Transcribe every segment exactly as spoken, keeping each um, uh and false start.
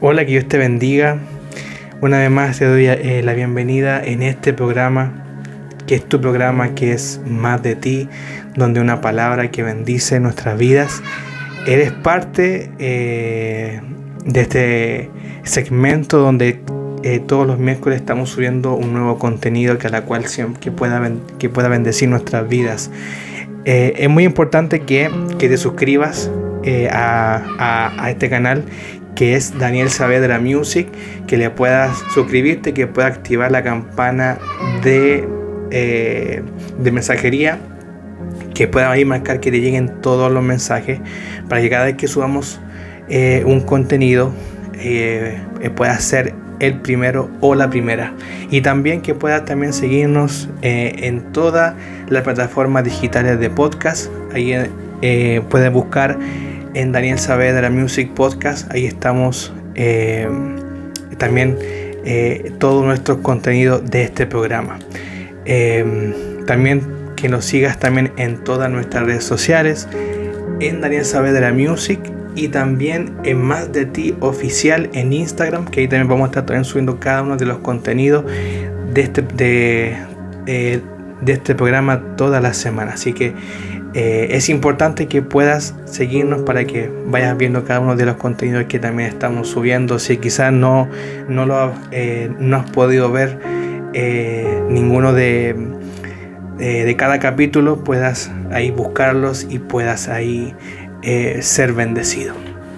Hola, que Dios te bendiga. Una vez más te doy eh, la bienvenida en este programa, que es tu programa, que es Más de Ti, donde una palabra que bendice nuestras vidas. Eres parte eh, de este segmento donde eh, todos los miércoles estamos subiendo un nuevo contenido que a la cual que pueda, que pueda bendecir nuestras vidas. Eh, es muy importante que, que te suscribas eh, a, a, a este canal, que es Daniel Saavedra Music, que le puedas suscribirte, que puedas activar la campana de, eh, de mensajería, que puedas ahí marcar que te lleguen todos los mensajes, para que cada vez que subamos eh, un contenido eh, eh, puedas ser el primero o la primera. Y también que puedas también seguirnos eh, en todas las plataformas digitales de podcast. Ahí eh, puedes buscar en Daniel Saavedra Music Podcast. Ahí estamos eh, también eh, todos nuestros contenidos de este programa. Eh, también que nos sigas también en todas nuestras redes sociales, en Daniel Saavedra Music, y también en Más de Ti Oficial en Instagram, que ahí también vamos a estar también subiendo cada uno de los contenidos de este, de, eh, de este programa toda la semana. Así que eh, es importante que puedas seguirnos para que vayas viendo cada uno de los contenidos que también estamos subiendo. Si quizás no, no, lo, eh, no has podido ver eh, ninguno de, eh, de cada capítulo, puedas ahí buscarlos y puedas ahí Eh, ser bendecido.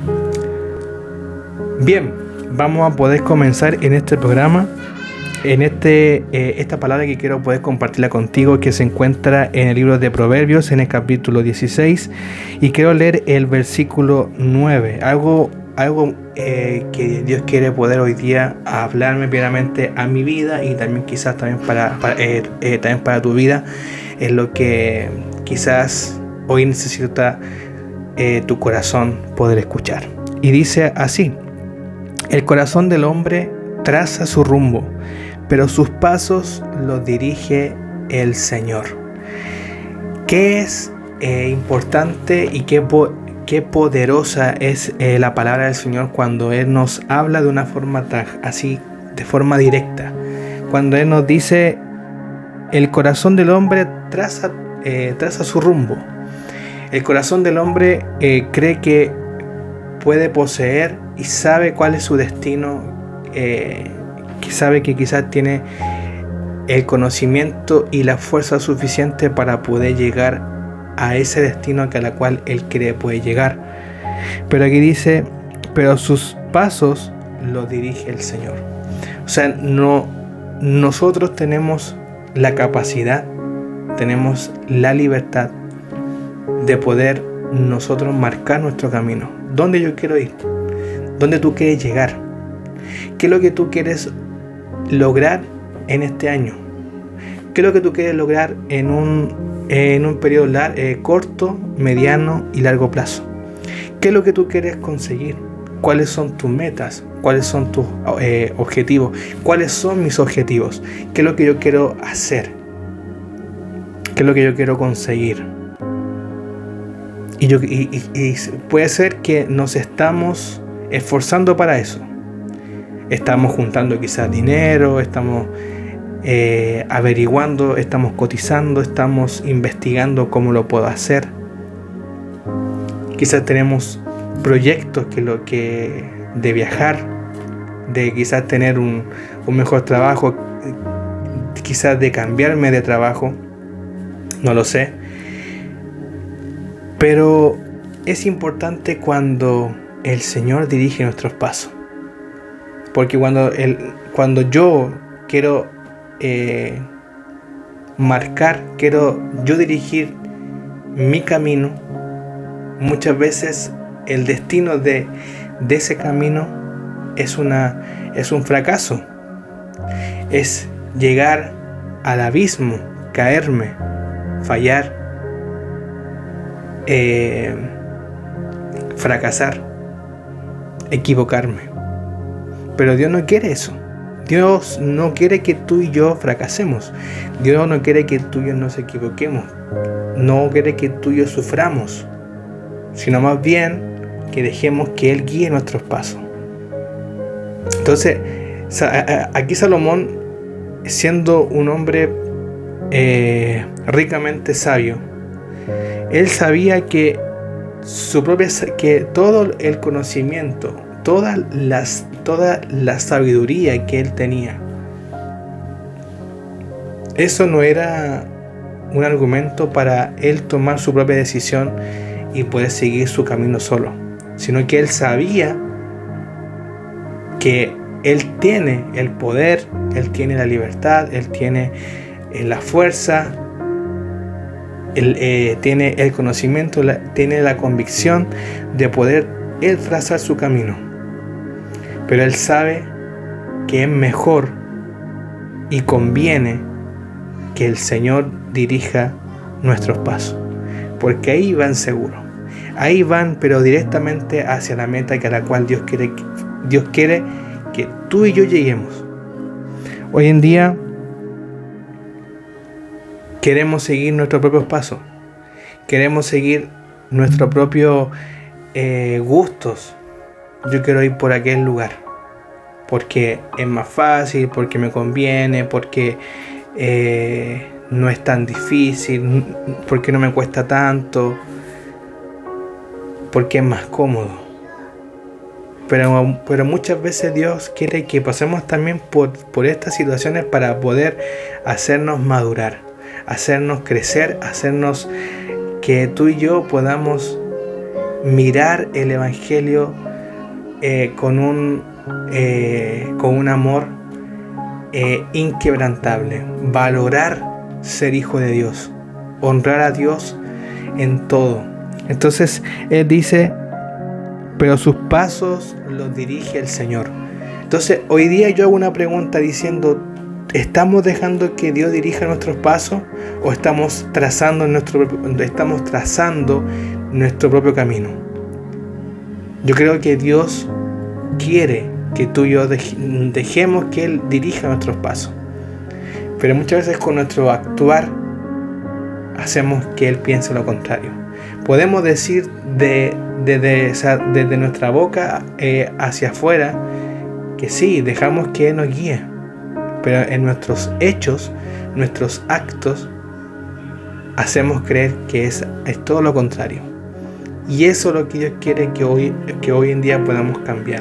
Bien, vamos a poder comenzar en este programa, en este eh, esta palabra que quiero poder compartirla contigo, que se encuentra en el libro de Proverbios, en el capítulo dieciséis, y quiero leer el versículo nueve, algo, algo eh, que Dios quiere poder hoy día hablarme primeramente a mi vida, y también quizás también para, para, eh, eh, también para tu vida, es lo que quizás hoy necesita Eh, tu corazón poder escuchar. Y dice así: el corazón del hombre traza su rumbo, pero sus pasos los dirige el Señor. Qué es eh, importante y qué, po- qué poderosa es eh, la palabra del Señor cuando Él nos habla de una forma taj- así, de forma directa. Cuando Él nos dice: el corazón del hombre traza, eh, traza su rumbo. El corazón del hombre eh, cree que puede poseer y sabe cuál es su destino, eh, que sabe que quizás tiene el conocimiento y la fuerza suficiente para poder llegar a ese destino que a la cual él cree puede llegar. Pero aquí dice: pero sus pasos los dirige el Señor. O sea, no, nosotros tenemos la capacidad, tenemos la libertad de poder nosotros marcar nuestro camino. ¿Dónde yo quiero ir? ¿Dónde tú quieres llegar? ¿Qué es lo que tú quieres lograr en este año? ¿Qué es lo que tú quieres lograr en un, en un periodo lar- eh, corto, mediano y largo plazo? ¿Qué es lo que tú quieres conseguir? ¿Cuáles son tus metas? ¿Cuáles son tus eh, objetivos? ¿Cuáles son mis objetivos? ¿Qué es lo que yo quiero hacer? ¿Qué es lo que yo quiero conseguir? Y, yo, y, y, y puede ser que nos estamos esforzando para eso. Estamos juntando quizás dinero, estamos eh, averiguando, estamos cotizando, estamos investigando cómo lo puedo hacer. Quizás tenemos proyectos que lo que de viajar, de quizás tener un, un mejor trabajo, quizás de cambiarme de trabajo, no lo sé. Pero es importante cuando el Señor dirige nuestros pasos. Porque cuando, el, cuando yo quiero eh, marcar, quiero yo dirigir mi camino, muchas veces el destino de, de ese camino es, una, es un fracaso. Es llegar al abismo, caerme, fallar. Eh, fracasar, equivocarme. Pero Dios no quiere eso. Dios no quiere que tú y yo fracasemos. Dios no quiere que tú y yo nos equivoquemos. No quiere que tú y yo suframos, sino más bien que dejemos que Él guíe nuestros pasos. Entonces, aquí Salomón, siendo un hombre eh, ricamente sabio, él sabía que su propia, que todo el conocimiento, toda, las, toda la sabiduría que él tenía, eso no era un argumento para él tomar su propia decisión y poder seguir su camino solo, sino que él sabía que él tiene el poder, él tiene la libertad, él tiene eh, la fuerza, él eh, tiene el conocimiento, la, tiene la convicción de poder él trazar su camino. Pero él sabe que es mejor y conviene que el Señor dirija nuestros pasos, porque ahí van seguro, ahí van pero directamente hacia la meta que a la cual Dios quiere, Dios quiere que tú y yo lleguemos. Hoy en día queremos seguir nuestros propios pasos, queremos seguir nuestros propios eh, gustos. Yo quiero ir por aquel lugar porque es más fácil, porque me conviene, porque eh, no es tan difícil, porque no me cuesta tanto, porque es más cómodo. Pero, pero muchas veces Dios quiere que pasemos también por, por estas situaciones para poder hacernos madurar, hacernos crecer, hacernos que tú y yo podamos mirar el Evangelio eh, con, un, eh, con un amor eh, inquebrantable, valorar ser hijo de Dios, honrar a Dios en todo. Entonces Él dice, pero sus pasos los dirige el Señor. Entonces hoy día yo hago una pregunta diciendo, ¿estamos dejando que Dios dirija nuestros pasos o estamos trazando nuestro, estamos trazando nuestro propio camino? Yo creo que Dios quiere que tú y yo dejemos que Él dirija nuestros pasos, pero muchas veces con nuestro actuar hacemos que Él piense lo contrario. Podemos decir de, de, de, o sea, desde nuestra boca eh, hacia afuera que sí, dejamos que Él nos guíe, pero en nuestros hechos, nuestros actos, hacemos creer que es, es todo lo contrario. Y eso es lo que Dios quiere que hoy, que hoy en día podamos cambiar.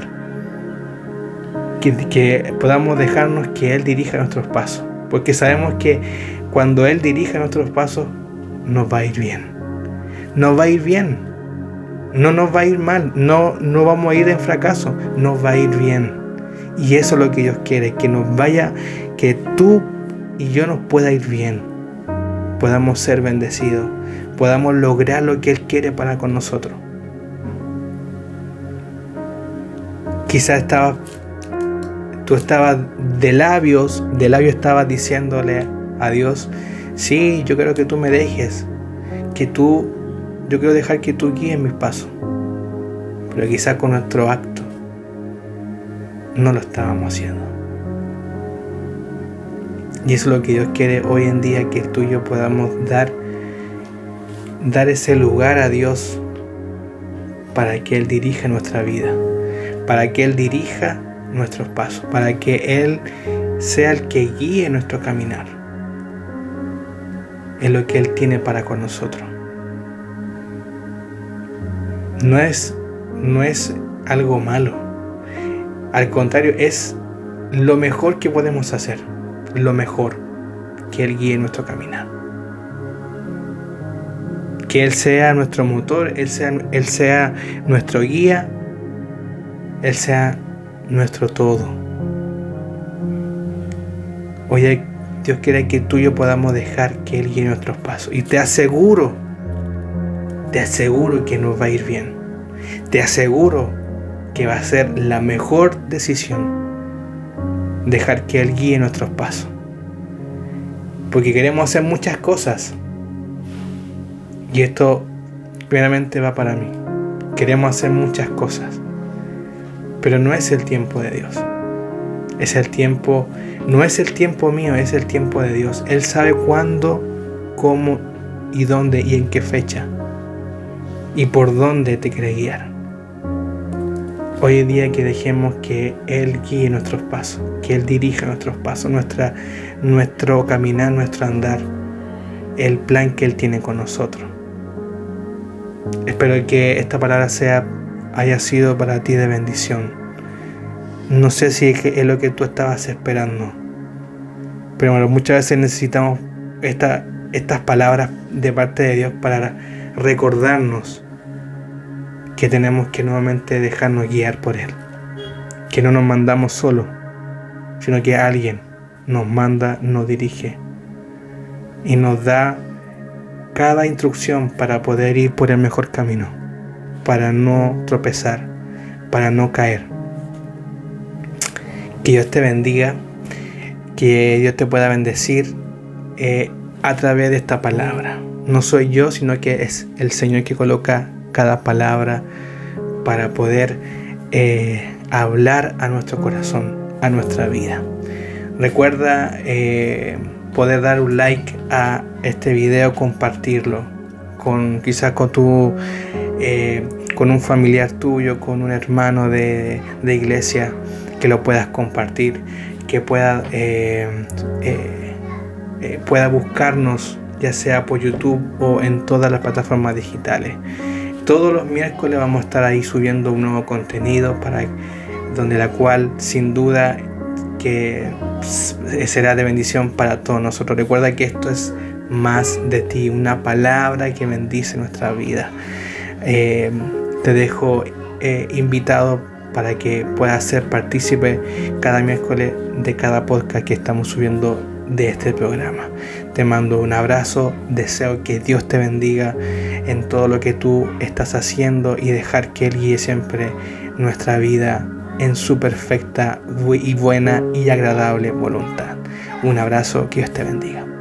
Que, que podamos dejarnos que Él dirija nuestros pasos. Porque sabemos que cuando Él dirija nuestros pasos, nos va a ir bien. Nos va a ir bien. No nos va a ir mal. No, no vamos a ir en fracaso. Nos va a ir bien. Y eso es lo que Dios quiere. Que nos vaya, que tú y yo nos pueda ir bien. Podamos ser bendecidos. Podamos lograr lo que Él quiere para con nosotros. Quizás estaba, tú estabas de labios, de labios estabas diciéndole a Dios, sí, yo quiero que tú me dejes, que tú, yo quiero dejar que tú guíes mis pasos. Pero quizás con nuestro acto no lo estábamos haciendo. Y eso es lo que Dios quiere hoy en día, que tú y yo podamos dar dar ese lugar a Dios para que Él dirija nuestra vida, para que Él dirija nuestros pasos, para que Él sea el que guíe nuestro caminar en lo que Él tiene para con nosotros. No es, no es algo malo, al contrario, es lo mejor que podemos hacer, lo mejor, que Él guíe nuestro caminar. Que Él sea nuestro motor, Él sea, Él sea nuestro guía, Él sea nuestro todo. Hoy Dios quiere que tú y yo podamos dejar que Él guíe nuestros pasos. Y te aseguro, te aseguro que nos va a ir bien. Te aseguro que va a ser la mejor decisión dejar que Él guíe nuestros pasos. Porque queremos hacer muchas cosas. Y esto primeramente va para mí. Queremos hacer muchas cosas, pero no es el tiempo de Dios. Es el tiempo, no es el tiempo mío, es el tiempo de Dios. Él sabe cuándo, cómo y dónde y en qué fecha y por dónde te quiere guiar. Hoy en día que dejemos que Él guíe nuestros pasos, que Él dirija nuestros pasos, nuestra, nuestro caminar, nuestro andar, el plan que Él tiene con nosotros. Espero que esta palabra sea, haya sido para ti de bendición. No sé si es lo que tú estabas esperando, pero bueno, muchas veces necesitamos esta, estas palabras de parte de Dios para recordarnos que tenemos que nuevamente dejarnos guiar por Él, que no nos mandamos solos, sino que alguien nos manda, nos dirige y nos da cada instrucción para poder ir por el mejor camino, para no tropezar, para no caer. Que Dios te bendiga, que Dios te pueda bendecir eh, a través de esta palabra. No soy yo, sino que es el Señor que coloca cada palabra para poder eh, hablar a nuestro corazón, a nuestra vida. Recuerda eh, poder dar un like a este video, compartirlo con quizás con tu eh, con un familiar tuyo, con un hermano de, de iglesia, que lo puedas compartir, que pueda eh, eh, eh, pueda buscarnos ya sea por YouTube o en todas las plataformas digitales. Todos los miércoles vamos a estar ahí subiendo un nuevo contenido para donde la cual sin duda que será de bendición para todos nosotros. Recuerda que esto es más de ti, una palabra que bendice nuestra vida. Eh, te dejo eh, invitado para que puedas ser partícipe cada miércoles de cada podcast que estamos subiendo de este programa. Te mando un abrazo, deseo que Dios te bendiga en todo lo que tú estás haciendo y dejar que Él guíe siempre nuestra vida en su perfecta y buena y agradable voluntad. Un abrazo, que Dios te bendiga.